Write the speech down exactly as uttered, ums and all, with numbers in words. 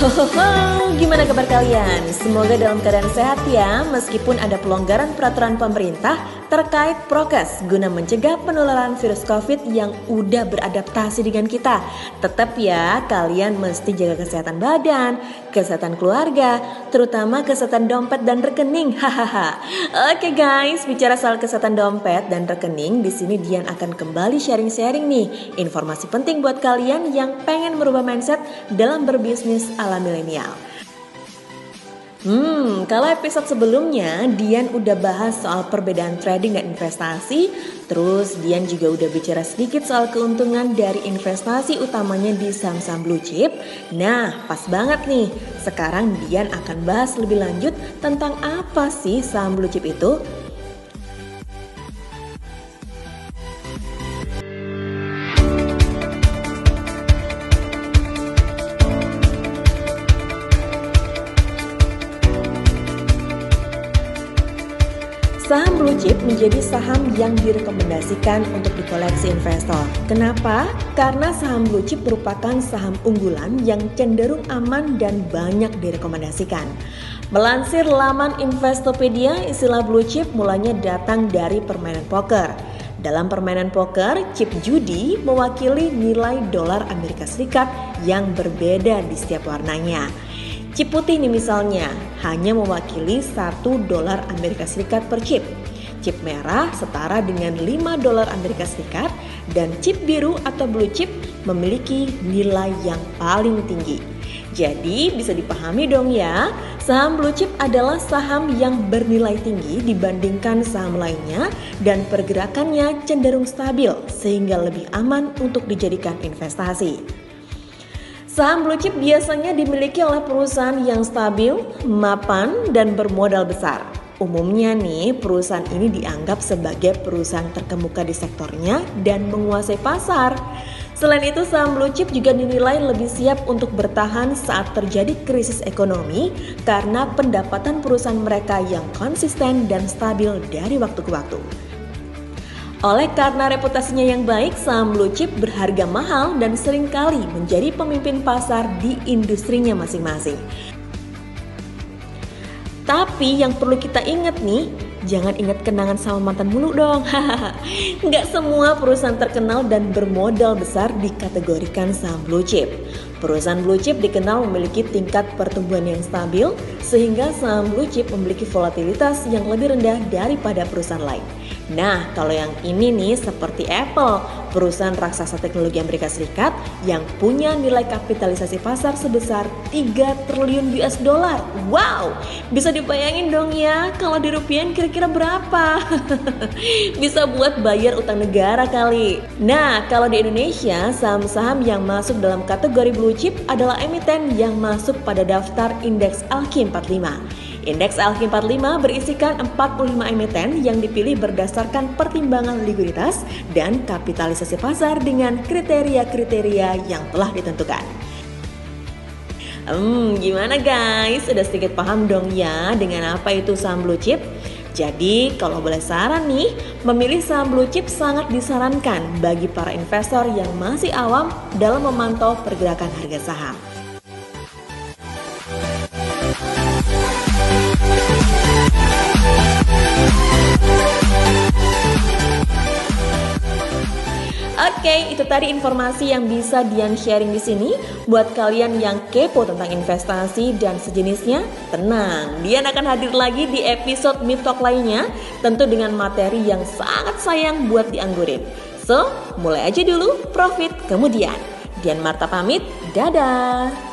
Hohoho, gimana kabar kalian? Semoga dalam keadaan sehat ya, meskipun ada pelonggaran peraturan pemerintah terkait prokes guna mencegah penularan virus COVID yang udah beradaptasi dengan kita. Tetap ya, kalian mesti jaga kesehatan badan, kesehatan keluarga, terutama kesehatan dompet dan rekening. Hahaha. Oke guys, bicara soal kesehatan dompet dan rekening, di sini Dian akan kembali sharing-sharing nih informasi penting buat kalian yang pengen merubah mindset dalam berbisnis ala milenial. Hmm, kalau episode sebelumnya Dian udah bahas soal perbedaan trading dan investasi. Terus Dian juga udah bicara sedikit soal keuntungan dari investasi utamanya di saham-saham blue chip. Nah, pas banget nih. Sekarang Dian akan bahas lebih lanjut tentang apa sih saham blue chip itu. Saham blue chip menjadi saham yang direkomendasikan untuk dikoleksi investor. Kenapa? Karena saham blue chip merupakan saham unggulan yang cenderung aman dan banyak direkomendasikan. Melansir laman Investopedia, istilah blue chip mulanya datang dari permainan poker. Dalam permainan poker, chip judi mewakili nilai dolar Amerika Serikat yang berbeda di setiap warnanya. Chip putih nih misalnya hanya mewakili satu dolar Amerika Serikat per chip. Chip merah setara dengan lima dolar Amerika Serikat dan chip biru atau blue chip memiliki nilai yang paling tinggi. Jadi bisa dipahami dong ya, saham blue chip adalah saham yang bernilai tinggi dibandingkan saham lainnya dan pergerakannya cenderung stabil sehingga lebih aman untuk dijadikan investasi. Saham blue chip biasanya dimiliki oleh perusahaan yang stabil, mapan, dan bermodal besar. Umumnya nih, perusahaan ini dianggap sebagai perusahaan terkemuka di sektornya dan menguasai pasar. Selain itu, saham blue chip juga dinilai lebih siap untuk bertahan saat terjadi krisis ekonomi karena pendapatan perusahaan mereka yang konsisten dan stabil dari waktu ke waktu. Oleh karena reputasinya yang baik, saham blue chip berharga mahal dan seringkali menjadi pemimpin pasar di industrinya masing-masing. Tapi yang perlu kita ingat nih, jangan ingat kenangan sama mantan mulu dong. Nggak semua perusahaan terkenal dan bermodal besar dikategorikan saham blue chip. Perusahaan blue chip dikenal memiliki tingkat pertumbuhan yang stabil, sehingga saham blue chip memiliki volatilitas yang lebih rendah daripada perusahaan lain. Nah, kalau yang ini nih seperti Apple, perusahaan raksasa teknologi Amerika Serikat yang punya nilai kapitalisasi pasar sebesar tiga triliun U S dollar. Wow, bisa dibayangin dong ya kalau dirupiahin kira-kira berapa? Bisa buat bayar utang negara kali. Nah, kalau di Indonesia, saham-saham yang masuk dalam kategori blue chip adalah emiten yang masuk pada daftar indeks ALKI empat puluh lima. Indeks ALKI empat puluh lima berisikan empat puluh lima emiten yang dipilih berdasarkan pertimbangan likuiditas dan kapitalisasi pasar dengan kriteria-kriteria yang telah ditentukan. Hmm, gimana guys? Udah sedikit paham dong ya dengan apa itu saham blue chip? Jadi kalau boleh saran nih, memilih saham blue chip sangat disarankan bagi para investor yang masih awam dalam memantau pergerakan harga saham. Oke, itu tadi informasi yang bisa Dian sharing di sini. Buat kalian yang kepo tentang investasi dan sejenisnya, tenang, Dian akan hadir lagi di episode Meet Talk lainnya, tentu dengan materi yang sangat sayang buat dianggurin. So, mulai aja dulu, profit kemudian. Dian Marta pamit, dadah!